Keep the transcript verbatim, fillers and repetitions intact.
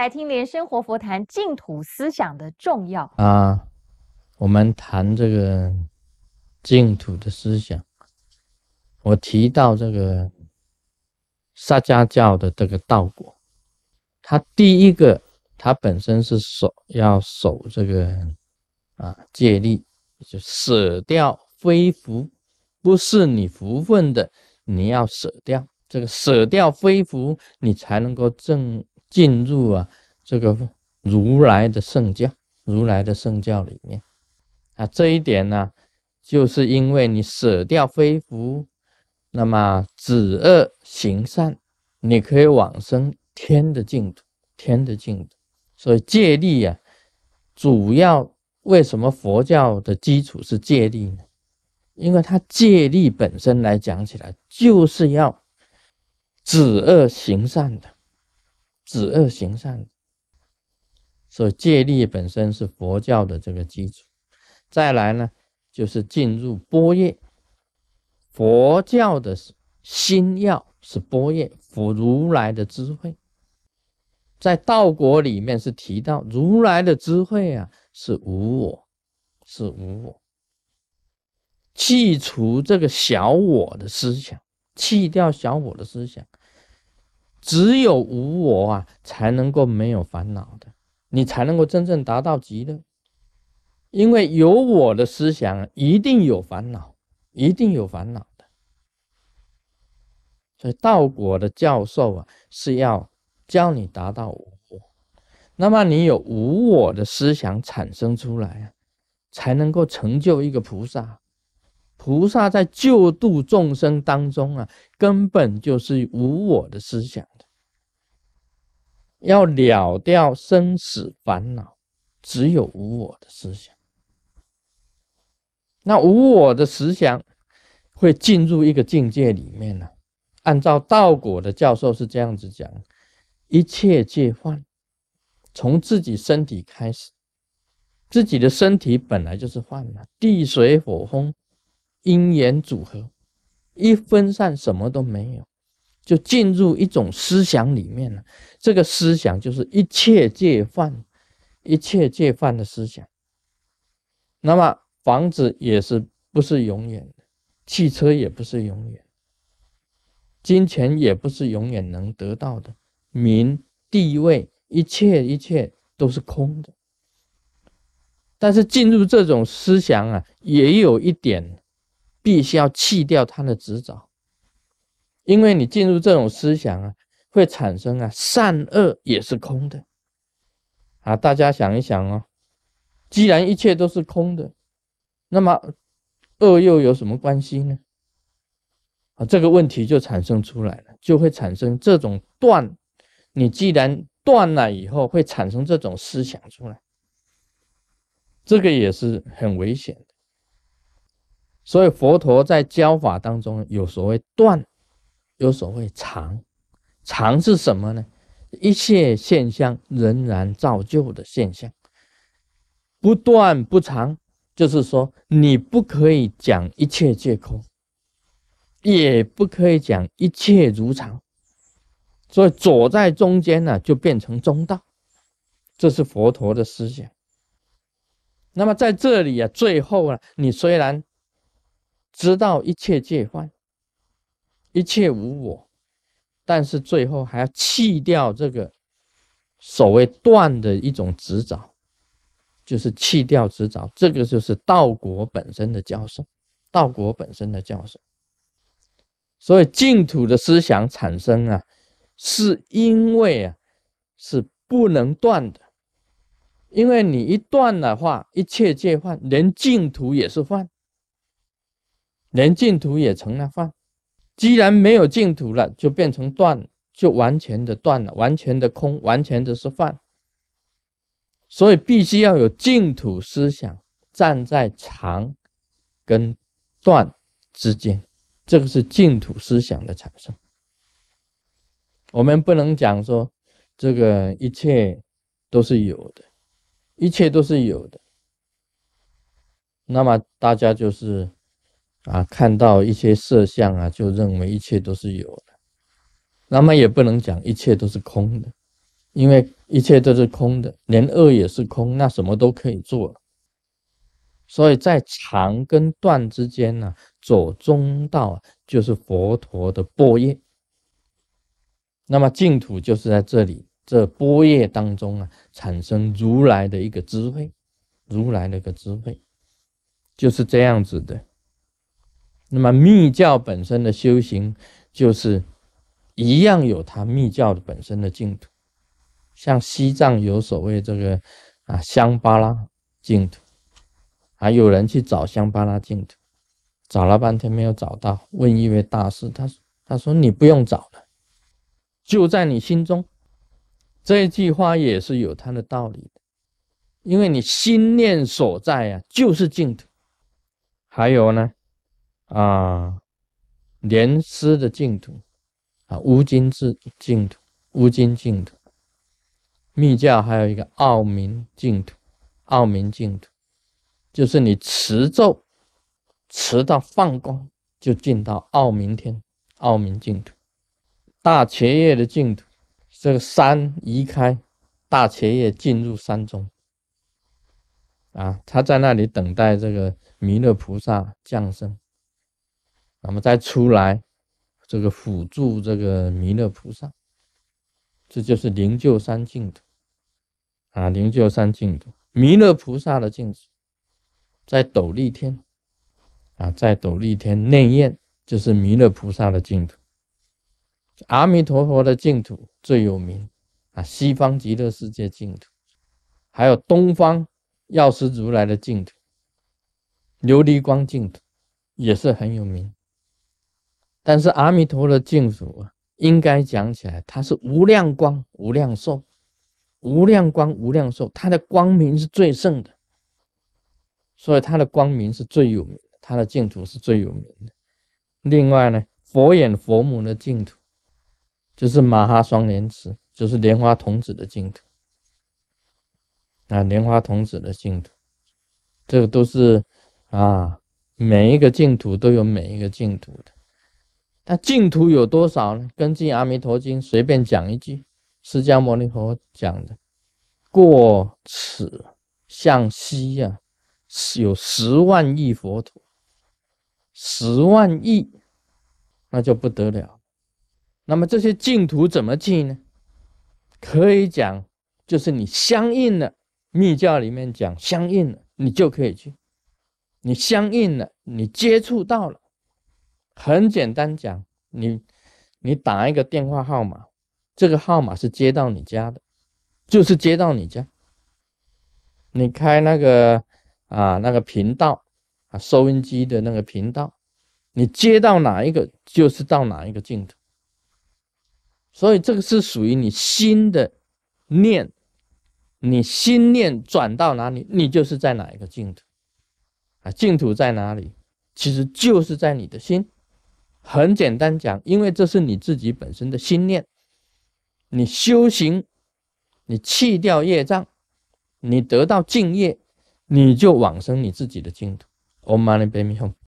来听莲生活佛谈净土思想的重要啊。我们谈这个净土的思想，我提到这个萨迦教的这个道果，他第一个，他本身是守要守这个啊戒律，就舍掉非福，不是你福分的，你要舍掉。这个舍掉非福，你才能够正进入啊这个如来的圣教，如来的圣教里面啊。这一点呢、啊，就是因为你舍掉非福，那么止恶行善，你可以往生天的净土，天的净土。所以戒律啊，主要为什么佛教的基础是戒律呢？因为它戒律本身来讲起来，就是要止恶行善的，止恶行善的。所以戒律本身是佛教的这个基础。再来呢，就是进入般若。佛教的心要是般若，佛如来的智慧。在道果里面是提到如来的智慧啊，是无我，是无我。去除这个小我的思想，去掉小我的思想，只有无我啊，才能够没有烦恼的，你才能够真正达到极乐。因为有我的思想，一定有烦恼，一定有烦恼的。所以道果的教授啊，是要教你达到无我。那么你有无我的思想产生出来啊，才能够成就一个菩萨。菩萨在救度众生当中啊，根本就是无我的思想的。要了掉生死烦恼，只有无我的思想。那无我的思想会进入一个境界里面呢、啊。按照道果的教授是这样子讲：一切皆幻，从自己身体开始，自己的身体本来就是幻嘛，地水火风因缘组合，一分散什么都没有，就进入一种思想里面了。这个思想就是一切皆幻，一切皆幻的思想。那么房子也是不是永远的，汽车也不是永远，金钱也不是永远能得到的，名地位一切一切都是空的。但是进入这种思想啊，也有一点必须要弃掉它的执着。因为你进入这种思想啊，会产生啊善恶也是空的啊。大家想一想哦，既然一切都是空的，那么恶又有什么关系呢？啊，这个问题就产生出来了，就会产生这种断。你既然断了以后，会产生这种思想出来，这个也是很危险的。所以佛陀在教法当中有所谓断，有所谓常。常是什么呢？一切现象仍然造就的现象，不断不常，就是说你不可以讲一切皆空，也不可以讲一切如常。所以走在中间呢、啊，就变成中道，这是佛陀的思想。那么在这里啊，最后啊，你虽然知道一切皆幻，一切无我，但是最后还要弃掉这个所谓断的一种执着，就是弃掉执着。这个就是道果本身的教授，道果本身的教授。所以净土的思想产生啊，是因为啊是不能断的。因为你一断的话，一切皆幻，连净土也是幻，连净土也成了幻。既然没有净土了，就变成断，就完全的断了，完全的空，完全的是幻。所以必须要有净土思想，站在常跟断之间，这个是净土思想的产生。我们不能讲说这个一切都是有的，一切都是有的，那么大家就是啊，看到一些色相啊，就认为一切都是有的。那么也不能讲一切都是空的， 因为一切都是空的，连恶也是空，那什么都可以做了。所以在长跟短之间呢、啊，走中道就是佛陀的般若。那么净土就是在这里，这般若当中啊，产生如来的一个智慧，如来的一个智慧，就是这样子的。那么密教本身的修行，就是一样有它密教的本身的净土。像西藏有所谓这个啊香巴拉净土，还有人去找香巴拉净土，找了半天没有找到，问一位大师，他他说你不用找了，就在你心中。这一句话也是有它的道理的，因为你心念所在啊，就是净土。还有呢，啊，莲师的净土啊，乌金智净土，乌金净土。密教还有一个奥明净土，奥明净土就是你持咒持到放光，就进到奥明天，奥明净土。大伽叶的净土，这个山移开，大伽叶进入山中啊，他在那里等待这个弥勒菩萨降生，那么再出来这个辅助这个弥勒菩萨，这就是灵鹫山净土啊，灵鹫山净土，弥勒菩萨的净土在斗笠天啊，在斗笠天内院就是弥勒菩萨的净土。阿弥陀佛的净土最有名啊，西方极乐世界净土，还有东方药师如来的净土，琉璃光净土也是很有名。但是阿弥陀的净土啊，应该讲起来，它是无量光、无量寿，无量光、无量寿，它的光明是最盛的，所以它的光明是最有名的，它的净土是最有名的。另外呢，佛眼佛母的净土，就是马哈双莲池，就是莲花童子的净土啊，莲花童子的净土，这个都是啊，每一个净土都有每一个净土的。那净土有多少呢？根据《阿弥陀经》随便讲一句，释迦牟尼佛讲的，过此向西呀、啊，有十万亿佛土，十万亿，那就不得了。那么这些净土怎么去呢？可以讲，就是你相应了，密教里面讲相应了，你就可以去。你相应了，你接触到了，很简单讲，你你打一个电话号码，这个号码是接到你家的，就是接到你家。你开那个啊那个频道啊，收音机的那个频道，你接到哪一个，就是到哪一个净土。所以这个是属于你心的念，你心念转到哪里，你就是在哪一个净土啊？净土在哪里？其实就是在你的心。很简单讲，因为这是你自己本身的心念，你修行，你弃掉业障，你得到净业，你就往生你自己的净土。Om Mani Padme Hum。